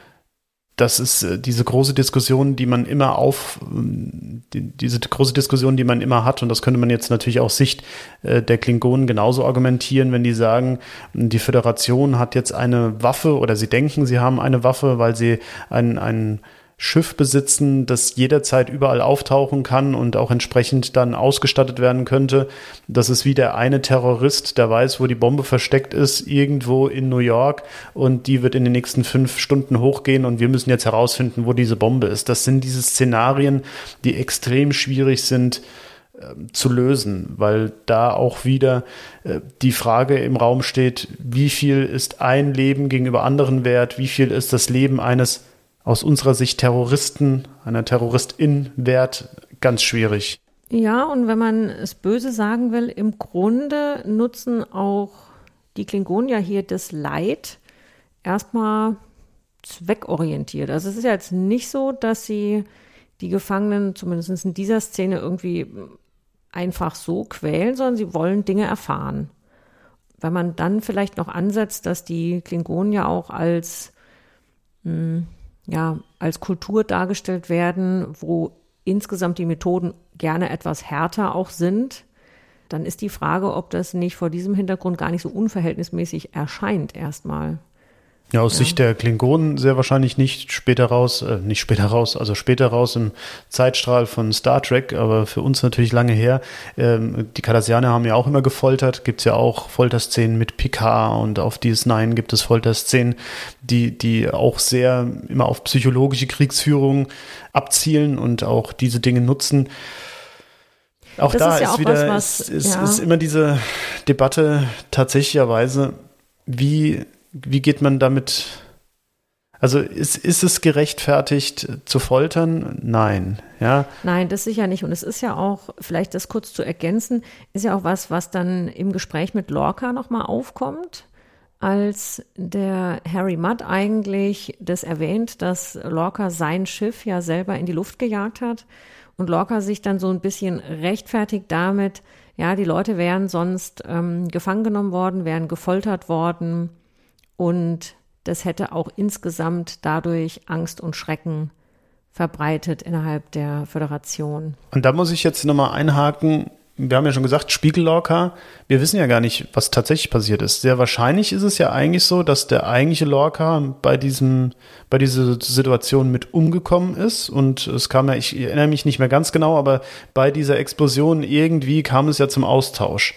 Das ist äh, diese große Diskussion, die man immer auf, die, diese große Diskussion, die man immer hat. Und das könnte man jetzt natürlich aus Sicht äh, der Klingonen genauso argumentieren, wenn die sagen, die Föderation hat jetzt eine Waffe oder sie denken, sie haben eine Waffe, weil sie ein, ein Schiff besitzen, das jederzeit überall auftauchen kann und auch entsprechend dann ausgestattet werden könnte. Das ist wie der eine Terrorist, der weiß, wo die Bombe versteckt ist, irgendwo in New York, und die wird in den nächsten fünf Stunden hochgehen und wir müssen jetzt herausfinden, wo diese Bombe ist. Das sind diese Szenarien, die extrem schwierig sind äh, zu lösen, weil da auch wieder äh, die Frage im Raum steht, wie viel ist ein Leben gegenüber anderen wert, wie viel ist das Leben eines aus unserer Sicht Terroristen, einer Terroristin wert, ganz schwierig.
Ja, und wenn man es böse sagen will, im Grunde nutzen auch die Klingonen ja hier das Leid erstmal zweckorientiert. Also es ist ja jetzt nicht so, dass sie die Gefangenen, zumindest in dieser Szene, irgendwie einfach so quälen, sondern sie wollen Dinge erfahren. Wenn man dann vielleicht noch ansetzt, dass die Klingonen ja auch als mh, ja, als Kultur dargestellt werden, wo insgesamt die Methoden gerne etwas härter auch sind, dann ist die Frage, ob das nicht vor diesem Hintergrund gar nicht so unverhältnismäßig erscheint erstmal.
Ja, aus
ja.
Sicht der Klingonen sehr wahrscheinlich nicht später raus, äh, nicht später raus, also später raus im Zeitstrahl von Star Trek, aber für uns natürlich lange her. Ähm, die Cardassianer haben ja auch immer gefoltert, gibt's ja auch Folterszenen mit Picard, und auf D S neun gibt es Folterszenen, die, die auch sehr immer auf psychologische Kriegsführung abzielen und auch diese Dinge nutzen. Auch
das
da
ist, ja
ist
auch
wieder,
was, was,
ist, ist,
ja.
ist immer diese Debatte tatsächlicherweise, wie Wie geht man damit, also ist, ist es gerechtfertigt zu foltern? Nein, ja.
Nein, das sicher nicht. Und es ist ja auch, vielleicht das kurz zu ergänzen, ist ja auch was, was dann im Gespräch mit Lorca nochmal aufkommt, als der Harry Mudd eigentlich das erwähnt, dass Lorca sein Schiff ja selber in die Luft gejagt hat und Lorca sich dann so ein bisschen rechtfertigt damit, ja, die Leute wären sonst ähm, gefangen genommen worden, wären gefoltert worden. Und das hätte auch insgesamt dadurch Angst und Schrecken verbreitet innerhalb der Föderation.
Und da muss ich jetzt nochmal einhaken. Wir haben ja schon gesagt, Spiegel-Lorca, wir wissen ja gar nicht, was tatsächlich passiert ist. Sehr wahrscheinlich ist es ja eigentlich so, dass der eigentliche Lorca bei diesem, bei dieser Situation mit umgekommen ist. Und es kam ja, ich erinnere mich nicht mehr ganz genau, aber bei dieser Explosion irgendwie kam es ja zum Austausch.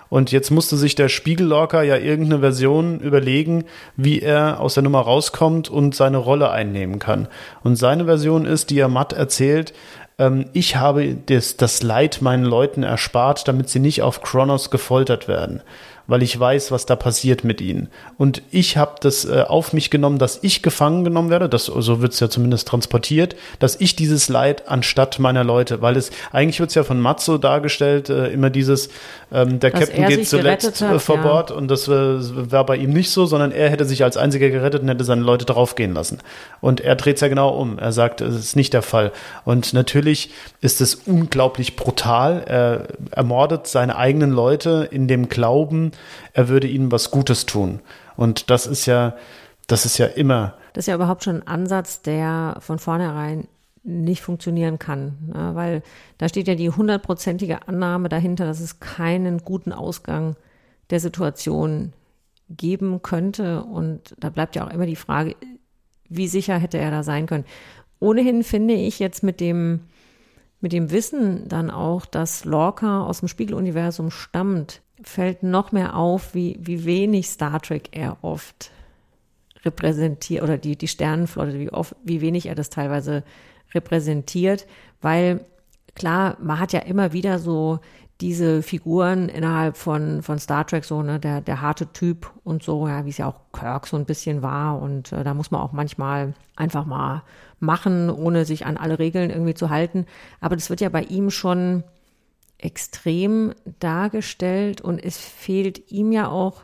Und jetzt musste sich der Spiegellorker ja irgendeine Version überlegen, wie er aus der Nummer rauskommt und seine Rolle einnehmen kann. Und seine Version ist, die er Matt erzählt, ähm, ich habe das, das Leid meinen Leuten erspart, damit sie nicht auf Kronos gefoltert werden, weil ich weiß, was da passiert mit ihnen. Und ich habe das äh, auf mich genommen, dass ich gefangen genommen werde, das, so wird es ja zumindest transportiert, dass ich dieses Leid anstatt meiner Leute, weil es, eigentlich wird es ja von Matt so dargestellt, äh, immer dieses, ähm, der dass Captain geht zuletzt hat, äh, vor ja. Bord, und das äh, war bei ihm nicht so, sondern er hätte sich als einziger gerettet und hätte seine Leute draufgehen lassen. Und er dreht es ja genau um. Er sagt, es ist nicht der Fall. Und natürlich ist es unglaublich brutal. Er ermordet seine eigenen Leute in dem Glauben, er würde ihnen was Gutes tun. Und das ist ja, das ist ja immer.
Das ist ja überhaupt schon ein Ansatz, der von vornherein nicht funktionieren kann. Ne? Weil da steht ja die hundertprozentige Annahme dahinter, dass es keinen guten Ausgang der Situation geben könnte. Und da bleibt ja auch immer die Frage, wie sicher hätte er da sein können. Ohnehin finde ich jetzt mit dem, mit dem Wissen dann auch, dass Lorca aus dem Spiegeluniversum stammt, fällt noch mehr auf, wie, wie wenig Star Trek er oft repräsentiert, oder die, die Sternenflotte, wie oft, wie wenig er das teilweise repräsentiert, weil klar, man hat ja immer wieder so diese Figuren innerhalb von, von Star Trek, so, ne, der, der harte Typ und so, ja, wie es ja auch Kirk so ein bisschen war, und äh, da muss man auch manchmal einfach mal machen, ohne sich an alle Regeln irgendwie zu halten, aber das wird ja bei ihm schon extrem dargestellt, und es fehlt ihm ja auch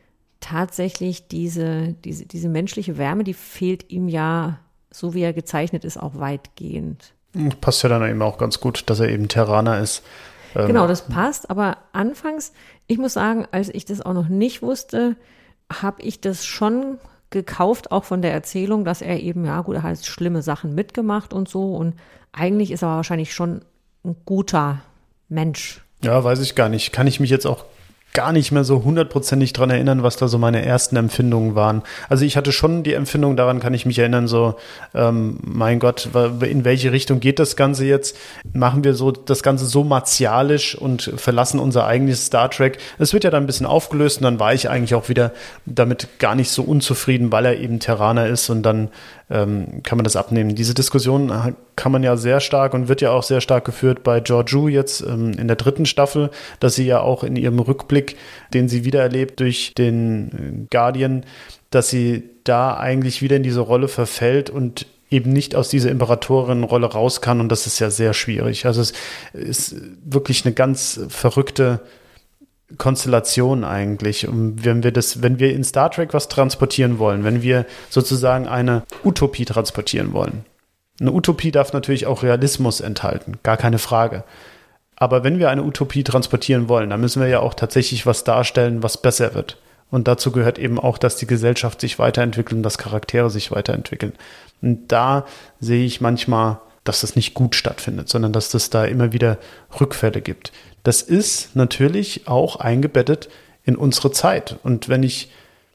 tatsächlich diese, diese, diese menschliche Wärme, die fehlt ihm ja, so wie er gezeichnet ist, auch weitgehend.
Passt ja dann eben auch ganz gut, dass er eben Terraner ist. Ähm
genau, das passt, aber anfangs, ich muss sagen, als ich das auch noch nicht wusste, habe ich das schon gekauft, auch von der Erzählung, dass er eben, ja gut, er hat schlimme Sachen mitgemacht und so, und eigentlich ist er wahrscheinlich schon ein guter Mensch.
Ja, weiß ich gar nicht. Kann ich mich jetzt auch gar nicht mehr so hundertprozentig dran erinnern, was da so meine ersten Empfindungen waren. Also ich hatte schon die Empfindung, daran kann ich mich erinnern, so, ähm, mein Gott, in welche Richtung geht das Ganze jetzt? Machen wir so das Ganze so martialisch und verlassen unser eigenes Star Trek? Es wird ja dann ein bisschen aufgelöst, und dann war ich eigentlich auch wieder damit gar nicht so unzufrieden, weil er eben Terraner ist, und dann ähm, kann man das abnehmen. Diese Diskussion kann man ja sehr stark und wird ja auch sehr stark geführt bei Georgiou jetzt ähm, in der dritten Staffel, dass sie ja auch in ihrem Rückblick, den sie wiedererlebt durch den Guardian, dass sie da eigentlich wieder in diese Rolle verfällt und eben nicht aus dieser Imperatorin-Rolle raus kann, und das ist ja sehr schwierig. Also es ist wirklich eine ganz verrückte Konstellation eigentlich. Und wenn wir das, wenn wir in Star Trek was transportieren wollen, wenn wir sozusagen eine Utopie transportieren wollen. Eine Utopie darf natürlich auch Realismus enthalten, gar keine Frage. Aber wenn wir eine Utopie transportieren wollen, dann müssen wir ja auch tatsächlich was darstellen, was besser wird. Und dazu gehört eben auch, dass die Gesellschaft sich weiterentwickelt und dass Charaktere sich weiterentwickeln. Und da sehe ich manchmal, dass das nicht gut stattfindet, sondern dass es da immer wieder Rückfälle gibt. Das ist natürlich auch eingebettet in unsere Zeit. Und wenn ich,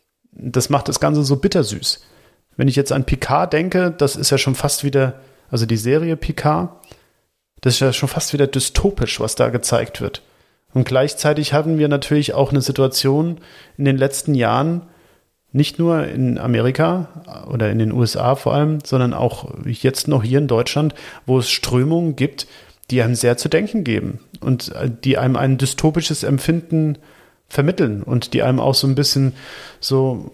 das macht das Ganze so bittersüß. Wenn ich jetzt an Picard denke, das ist ja schon fast wieder, also die Serie Picard, das ist ja schon fast wieder dystopisch, was da gezeigt wird. Und gleichzeitig hatten wir natürlich auch eine Situation in den letzten Jahren, nicht nur in Amerika oder in den U S A vor allem, sondern auch jetzt noch hier in Deutschland, wo es Strömungen gibt, die einem sehr zu denken geben und die einem ein dystopisches Empfinden vermitteln und die einem auch so ein bisschen so,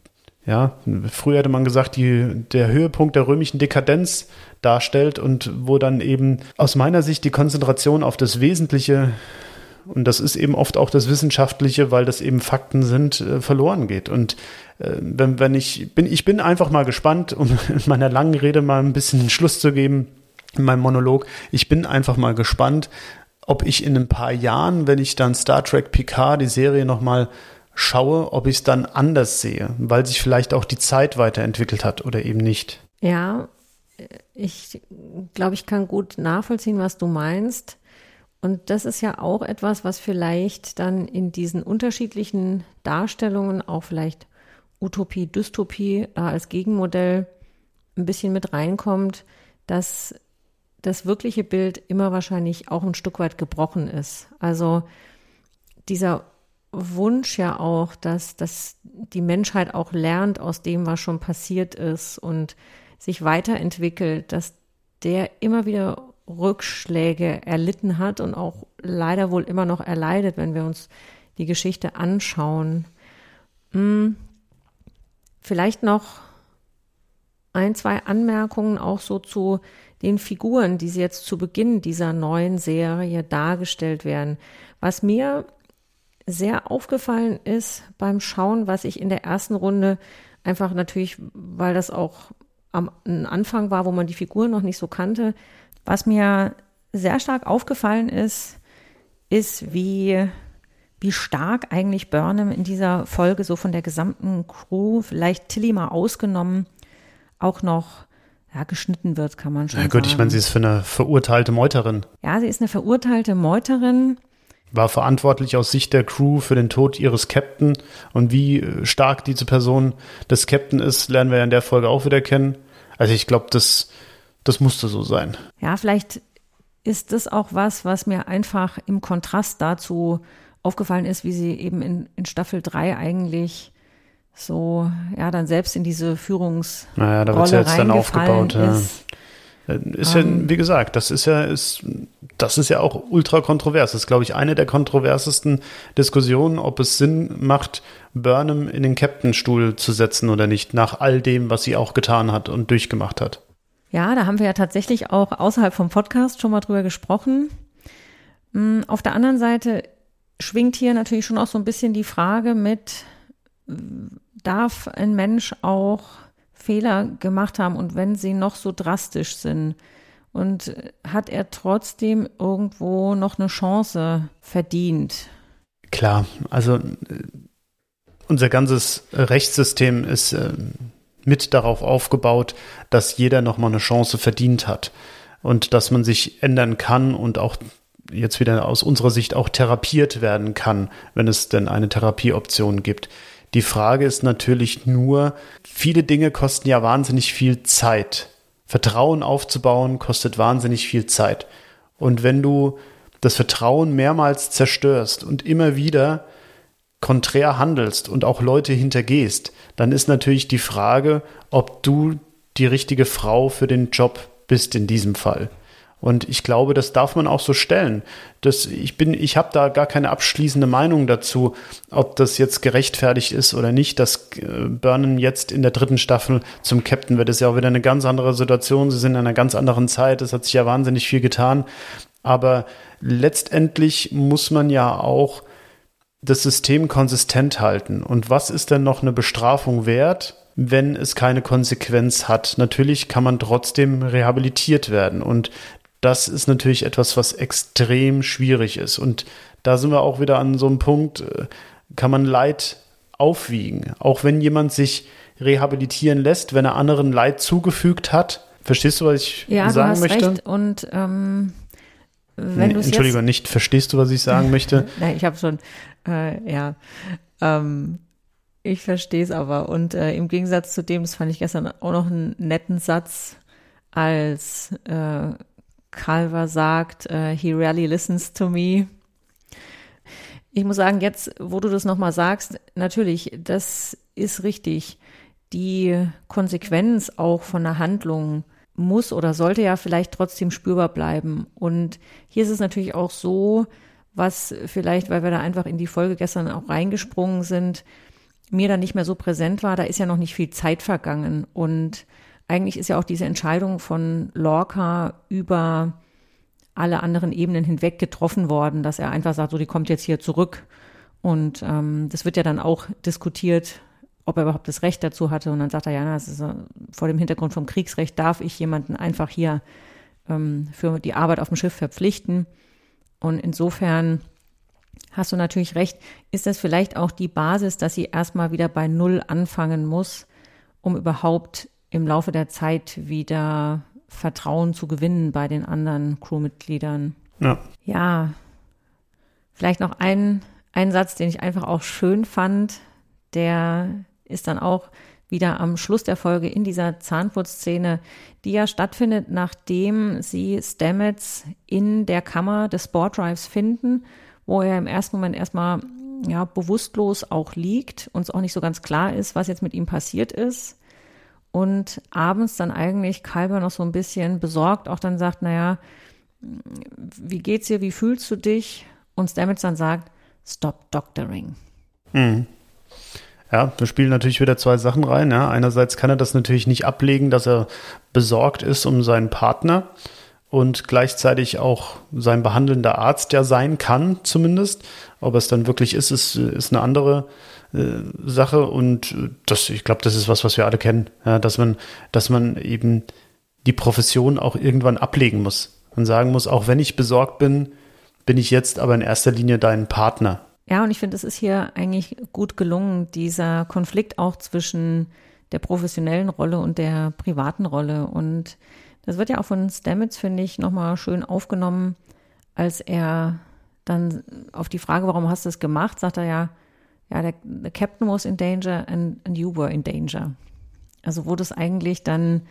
ja, früher hätte man gesagt, die, der Höhepunkt der römischen Dekadenz darstellt, und wo dann eben aus meiner Sicht die Konzentration auf das Wesentliche, und das ist eben oft auch das Wissenschaftliche, weil das eben Fakten sind, äh, verloren geht. Und äh, wenn, wenn ich bin, ich bin einfach mal gespannt, um in meiner langen Rede mal ein bisschen Schluss zu geben, in meinem Monolog, ich bin einfach mal gespannt, ob ich in ein paar Jahren, wenn ich dann Star Trek Picard, die Serie nochmal schaue, ob ich es dann anders sehe, weil sich vielleicht auch die Zeit weiterentwickelt hat oder eben nicht.
Ja, ich glaube, ich kann gut nachvollziehen, was du meinst. Und das ist ja auch etwas, was vielleicht dann in diesen unterschiedlichen Darstellungen, auch vielleicht Utopie, Dystopie, da als Gegenmodell ein bisschen mit reinkommt, dass das wirkliche Bild immer wahrscheinlich auch ein Stück weit gebrochen ist. Also dieser Wunsch ja auch, dass, dass die Menschheit auch lernt aus dem, was schon passiert ist und sich weiterentwickelt, dass der immer wieder Rückschläge erlitten hat und auch leider wohl immer noch erleidet, wenn wir uns die Geschichte anschauen. Hm, vielleicht noch ein, zwei Anmerkungen auch so zu den Figuren, die jetzt zu Beginn dieser neuen Serie dargestellt werden. Was mir sehr aufgefallen ist beim Schauen, was ich in der ersten Runde einfach natürlich, weil das auch am Anfang war, wo man die Figuren noch nicht so kannte, was mir sehr stark aufgefallen ist, ist, wie, wie stark eigentlich Burnham in dieser Folge so von der gesamten Crew, vielleicht Tilly mal ausgenommen, auch noch ja, geschnitten wird, kann man schon sagen.
Ja gut, ich meine, sie ist für eine verurteilte Meuterin.
Ja, sie ist eine verurteilte Meuterin.
War verantwortlich aus Sicht der Crew für den Tod ihres Captain. Und wie stark diese Person des Captain ist, lernen wir ja in der Folge auch wieder kennen. Also ich glaube, das, das musste so sein.
Ja, vielleicht ist das auch was, was mir einfach im Kontrast dazu aufgefallen ist, wie sie eben in, in Staffel drei eigentlich so, ja, dann selbst in diese Führungsrolle
naja, da wird's ja jetzt dann aufgebaut.
Ist.
Ja. Ist ja, wie gesagt, das ist ja, ist, das ist ja auch ultra kontrovers. Das ist, glaube ich, eine der kontroversesten Diskussionen, ob es Sinn macht, Burnham in den Captain-Stuhl zu setzen oder nicht, nach all dem, was sie auch getan hat und durchgemacht hat.
Ja, da haben wir ja tatsächlich auch außerhalb vom Podcast schon mal drüber gesprochen. Auf der anderen Seite schwingt hier natürlich schon auch so ein bisschen die Frage mit, darf ein Mensch auch Fehler gemacht haben und wenn sie noch so drastisch sind und hat er trotzdem irgendwo noch eine Chance verdient?
Klar, also unser ganzes Rechtssystem ist äh, mit darauf aufgebaut, dass jeder noch mal eine Chance verdient hat und dass man sich ändern kann und auch jetzt wieder aus unserer Sicht auch therapiert werden kann, wenn es denn eine Therapieoption gibt. Die Frage ist natürlich nur, viele Dinge kosten ja wahnsinnig viel Zeit. Vertrauen aufzubauen kostet wahnsinnig viel Zeit. Und wenn du das Vertrauen mehrmals zerstörst und immer wieder konträr handelst und auch Leute hintergehst, dann ist natürlich die Frage, ob du die richtige Frau für den Job bist in diesem Fall. Und ich glaube, das darf man auch so stellen. Das, ich bin, ich habe da gar keine abschließende Meinung dazu, ob das jetzt gerechtfertigt ist oder nicht, dass Burnham jetzt in der dritten Staffel zum Captain wird. Das ist ja auch wieder eine ganz andere Situation. Sie sind in einer ganz anderen Zeit. Es hat sich ja wahnsinnig viel getan. Aber letztendlich muss man ja auch das System konsistent halten. Und was ist denn noch eine Bestrafung wert, wenn es keine Konsequenz hat? Natürlich kann man trotzdem rehabilitiert werden. Und das ist natürlich etwas, was extrem schwierig ist. Und da sind wir auch wieder an so einem Punkt, kann man Leid aufwiegen. Auch wenn jemand sich rehabilitieren lässt, wenn er anderen Leid zugefügt hat. Verstehst du, was ich
ja,
sagen
du hast
möchte?
Recht. Und ähm, wenn
nee,
du es
Entschuldigung,
jetzt
nicht verstehst du, was ich sagen möchte?
Nein, ich habe schon, äh, ja, ähm, ich verstehe es aber. Und äh, im Gegensatz zu dem, das fand ich gestern auch noch einen netten Satz, als äh, Culver sagt, uh, he rarely listens to me. Ich muss sagen, jetzt, wo du das nochmal sagst, natürlich, das ist richtig. Die Konsequenz auch von einer Handlung muss oder sollte ja vielleicht trotzdem spürbar bleiben. Und hier ist es natürlich auch so, was vielleicht, weil wir da einfach in die Folge gestern auch reingesprungen sind, mir dann nicht mehr so präsent war, da ist ja noch nicht viel Zeit vergangen. Und eigentlich ist ja auch diese Entscheidung von Lorca über alle anderen Ebenen hinweg getroffen worden, dass er einfach sagt, so, die kommt jetzt hier zurück. Und ähm, das wird ja dann auch diskutiert, ob er überhaupt das Recht dazu hatte. Und dann sagt er, ja, das ist, äh, vor dem Hintergrund vom Kriegsrecht darf ich jemanden einfach hier ähm, für die Arbeit auf dem Schiff verpflichten. Und insofern hast du natürlich recht, ist das vielleicht auch die Basis, dass sie erstmal wieder bei Null anfangen muss, um überhaupt im Laufe der Zeit wieder Vertrauen zu gewinnen bei den anderen Crewmitgliedern.
Ja.
Ja, vielleicht noch ein, ein Satz, den ich einfach auch schön fand, der ist dann auch wieder am Schluss der Folge in dieser Zahnputzszene, die ja stattfindet, nachdem sie Stamets in der Kammer des Spore Drives finden, wo er im ersten Moment erstmal ja, bewusstlos auch liegt, uns auch nicht so ganz klar ist, was jetzt mit ihm passiert ist. Und abends dann eigentlich Culber noch so ein bisschen besorgt auch dann sagt, naja, wie geht's dir, wie fühlst du dich? Und Stamets dann sagt, stop doctoring.
Mhm. Ja, da spielen natürlich wieder zwei Sachen rein. Ja. Einerseits kann er das natürlich nicht ablegen, dass er besorgt ist um seinen Partner und gleichzeitig auch sein behandelnder Arzt ja sein kann zumindest. Ob es dann wirklich ist, ist, ist eine andere äh, Sache. Und das, ich glaube, das ist was, was wir alle kennen. Ja, dass man, dass man eben die Profession auch irgendwann ablegen muss und sagen muss, auch wenn ich besorgt bin, bin ich jetzt aber in erster Linie dein Partner.
Ja, und ich finde, es ist hier eigentlich gut gelungen, dieser Konflikt auch zwischen der professionellen Rolle und der privaten Rolle. Und das wird ja auch von Stamets, finde ich, nochmal schön aufgenommen, als er dann auf die Frage, warum hast du es gemacht, sagt er ja, ja, der, the Captain was in danger and, and you were in danger. Also wo das eigentlich dann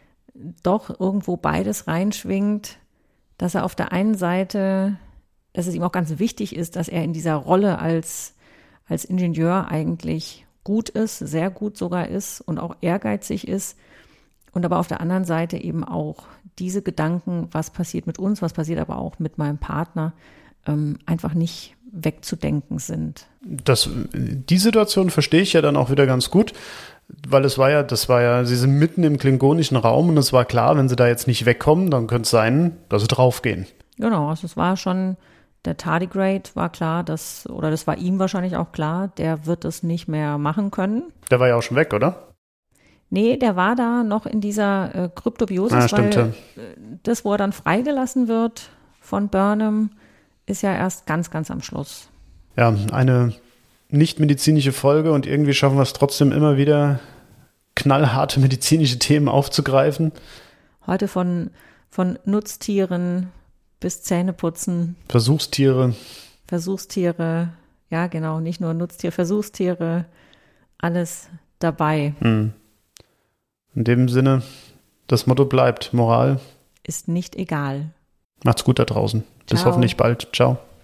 doch irgendwo beides reinschwingt, dass er auf der einen Seite, dass es ihm auch ganz wichtig ist, dass er in dieser Rolle als, als Ingenieur eigentlich gut ist, sehr gut sogar ist und auch ehrgeizig ist. Und aber auf der anderen Seite eben auch diese Gedanken, was passiert mit uns, was passiert aber auch mit meinem Partner, ähm, einfach nicht wegzudenken sind.
Das, die Situation verstehe ich ja dann auch wieder ganz gut, weil es war ja, das war ja, sie sind mitten im klingonischen Raum und es war klar, wenn sie da jetzt nicht wegkommen, dann könnte es sein, dass sie draufgehen.
Genau, also es war schon, der Tardigrade war klar, dass, oder das war ihm wahrscheinlich auch klar, der wird es nicht mehr machen können.
Der war ja auch schon weg, oder?
Nee, der war da noch in dieser äh, Kryptobiosis,
ah, stimmt,
weil
ja.
das, wo er dann freigelassen wird von Burnham, ist ja erst ganz, ganz am Schluss.
Ja, eine nicht medizinische Folge und irgendwie schaffen wir es trotzdem immer wieder, knallharte medizinische Themen aufzugreifen.
Heute von, von Nutztieren bis Zähneputzen.
Versuchstiere.
Versuchstiere, ja genau, nicht nur Nutztiere, Versuchstiere, alles dabei.
Hm. In dem Sinne, das Motto bleibt, Moral
ist nicht egal.
Macht's gut da draußen. Bis
Ciao.
hoffentlich bald. Ciao.